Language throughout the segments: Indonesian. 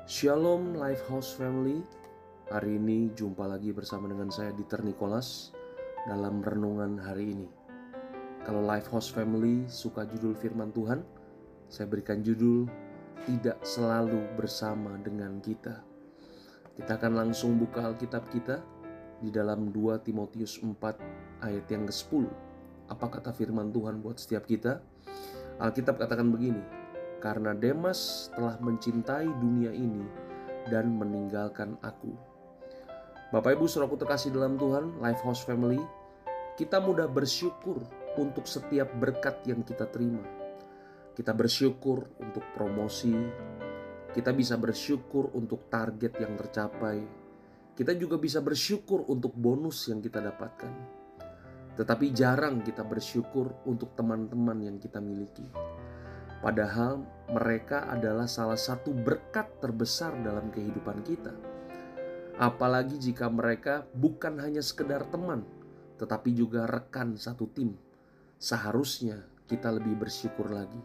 Shalom Lifehouse Family. Hari ini jumpa lagi bersama dengan saya Dieter Nicholas dalam renungan hari ini. Kalau Lifehouse Family suka judul firman Tuhan, saya berikan judul Tidak Selalu Bersama Dengan Kita. Kita akan langsung buka Alkitab kita di dalam 2 Timotius 4 ayat yang ke-10. Apa kata firman Tuhan buat setiap kita? Alkitab katakan begini, karena Demas telah mencintai dunia ini dan meninggalkan aku. Bapak Ibu Saudaraku terkasih dalam Tuhan, Lifehouse Family, kita mudah bersyukur untuk setiap berkat yang kita terima. Kita bersyukur untuk promosi, kita bisa bersyukur untuk target yang tercapai, kita juga bisa bersyukur untuk bonus yang kita dapatkan. Tetapi jarang kita bersyukur untuk teman-teman yang kita miliki. Padahal mereka adalah salah satu berkat terbesar dalam kehidupan kita. Apalagi jika mereka bukan hanya sekedar teman, tetapi juga rekan satu tim. Seharusnya kita lebih bersyukur lagi.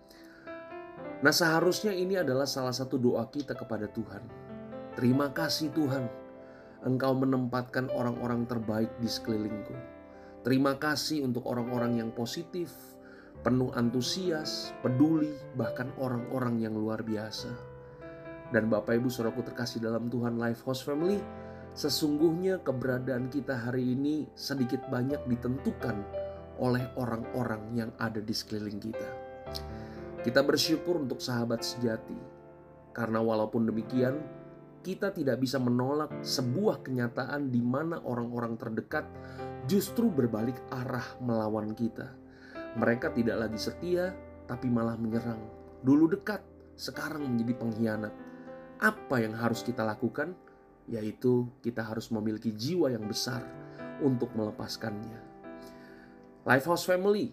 Nah, seharusnya ini adalah salah satu doa kita kepada Tuhan. Terima kasih Tuhan, Engkau menempatkan orang-orang terbaik di sekelilingku. Terima kasih untuk orang-orang yang positif, penuh antusias, peduli, bahkan orang-orang yang luar biasa. Dan Bapak Ibu Saudaraku terkasih dalam Tuhan, Lifehouse Family, sesungguhnya keberadaan kita hari ini sedikit banyak ditentukan oleh orang-orang yang ada di sekeliling kita. Kita bersyukur untuk sahabat sejati, karena walaupun demikian, kita tidak bisa menolak sebuah kenyataan di mana orang-orang terdekat justru berbalik arah melawan kita. Mereka tidak lagi setia, tapi malah menyerang. Dulu dekat, sekarang menjadi pengkhianat. Apa yang harus kita lakukan? Yaitu kita harus memiliki jiwa yang besar untuk melepaskannya. Lifehouse Family,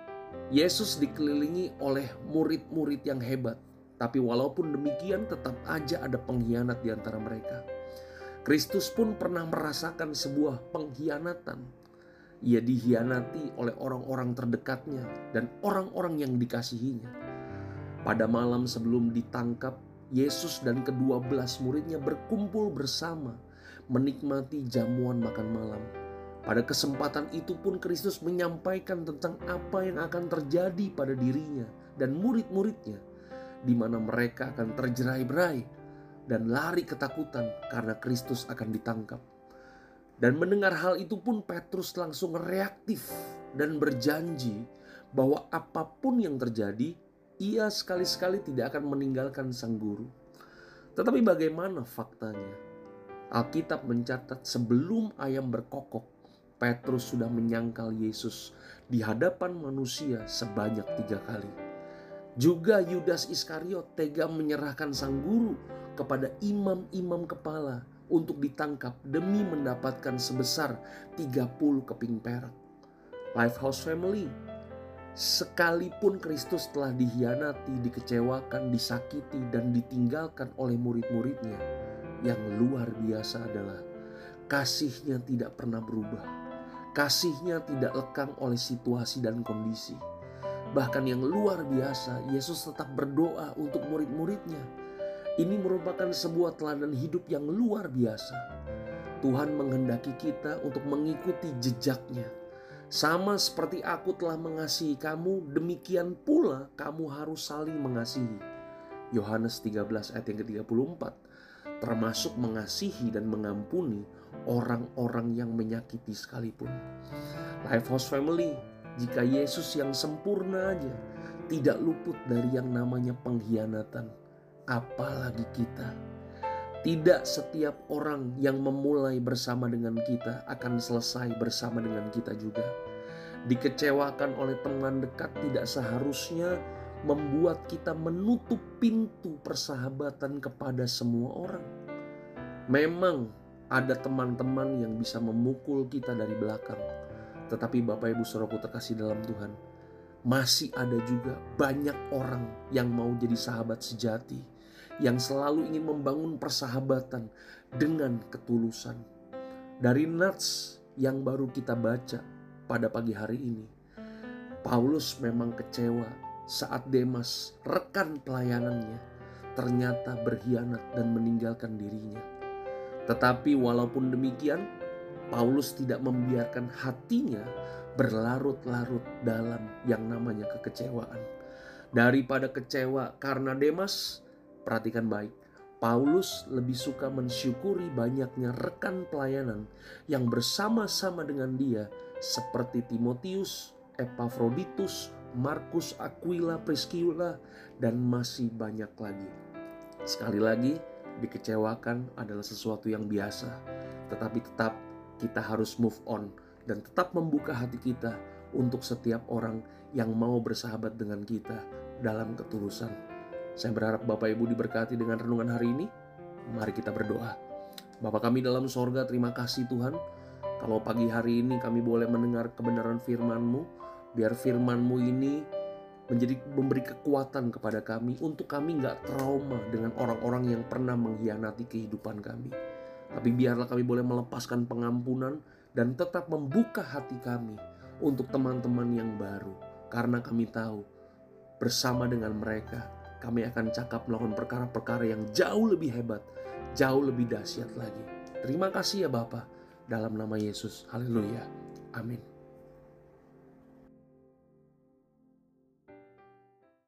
Yesus dikelilingi oleh murid-murid yang hebat. Tapi walaupun demikian tetap aja ada pengkhianat di antara mereka. Kristus pun pernah merasakan sebuah pengkhianatan. Ia dikhianati oleh orang-orang terdekatnya dan orang-orang yang dikasihinya. Pada malam sebelum ditangkap, Yesus dan ke-12 muridnya berkumpul bersama, menikmati jamuan makan malam. Pada kesempatan itu pun Kristus menyampaikan tentang apa yang akan terjadi pada dirinya dan murid-muridnya, di mana mereka akan terjerai-berai dan lari ketakutan karena Kristus akan ditangkap. Dan mendengar hal itu pun Petrus langsung reaktif dan berjanji bahwa apapun yang terjadi, ia sekali-sekali tidak akan meninggalkan sang guru. Tetapi bagaimana faktanya? Alkitab mencatat sebelum ayam berkokok, Petrus sudah menyangkal Yesus di hadapan manusia sebanyak 3 kali. Juga Yudas Iskariot tega menyerahkan sang guru kepada imam-imam kepala untuk ditangkap demi mendapatkan sebesar 30 keping perak. Lifehouse Family, sekalipun Kristus telah dikhianati, dikecewakan, disakiti, dan ditinggalkan oleh murid-muridnya, yang luar biasa adalah kasih-Nya tidak pernah berubah. Kasih-Nya tidak lekang oleh situasi dan kondisi. Bahkan yang luar biasa, Yesus tetap berdoa untuk murid-muridnya. Ini merupakan sebuah teladan hidup yang luar biasa. Tuhan menghendaki kita untuk mengikuti jejaknya. Sama seperti aku telah mengasihi kamu, demikian pula kamu harus saling mengasihi. Yohanes 13 ayat yang ke-34. Termasuk mengasihi dan mengampuni orang-orang yang menyakiti sekalipun. Lifehouse Family, jika Yesus yang sempurna aja tidak luput dari yang namanya pengkhianatan, apalagi kita. Tidak setiap orang yang memulai bersama dengan kita akan selesai bersama dengan kita juga. Dikecewakan oleh teman dekat tidak seharusnya membuat kita menutup pintu persahabatan kepada semua orang. Memang ada teman-teman yang bisa memukul kita dari belakang. Tetapi Bapak Ibu Saudaraku terkasih dalam Tuhan, masih ada juga banyak orang yang mau jadi sahabat sejati, yang selalu ingin membangun persahabatan dengan ketulusan. Dari nats yang baru kita baca pada pagi hari ini, Paulus memang kecewa saat Demas, rekan pelayanannya, ternyata berkhianat dan meninggalkan dirinya. Tetapi walaupun demikian, Paulus tidak membiarkan hatinya berlarut-larut dalam yang namanya kekecewaan. Daripada kecewa karena Demas, perhatikan baik, Paulus lebih suka mensyukuri banyaknya rekan pelayanan yang bersama-sama dengan dia seperti Timotius, Epafroditus, Markus, Aquila, Priscilla, dan masih banyak lagi. Sekali lagi, dikecewakan adalah sesuatu yang biasa, tetapi tetap kita harus move on dan tetap membuka hati kita untuk setiap orang yang mau bersahabat dengan kita dalam ketulusan. Saya berharap Bapak Ibu diberkati dengan renungan hari ini. Mari kita berdoa. Bapa kami dalam sorga, terima kasih Tuhan. Kalau pagi hari ini kami boleh mendengar kebenaran firman-Mu, biar firman-Mu ini memberi kekuatan kepada kami untuk kami gak trauma dengan orang-orang yang pernah mengkhianati kehidupan kami. Tapi biarlah kami boleh melepaskan pengampunan dan tetap membuka hati kami untuk teman-teman yang baru. Karena kami tahu bersama dengan mereka kami akan cakap melakukan perkara-perkara yang jauh lebih hebat, jauh lebih dahsyat lagi. Terima kasih ya Bapa, dalam nama Yesus. Haleluya. Amin.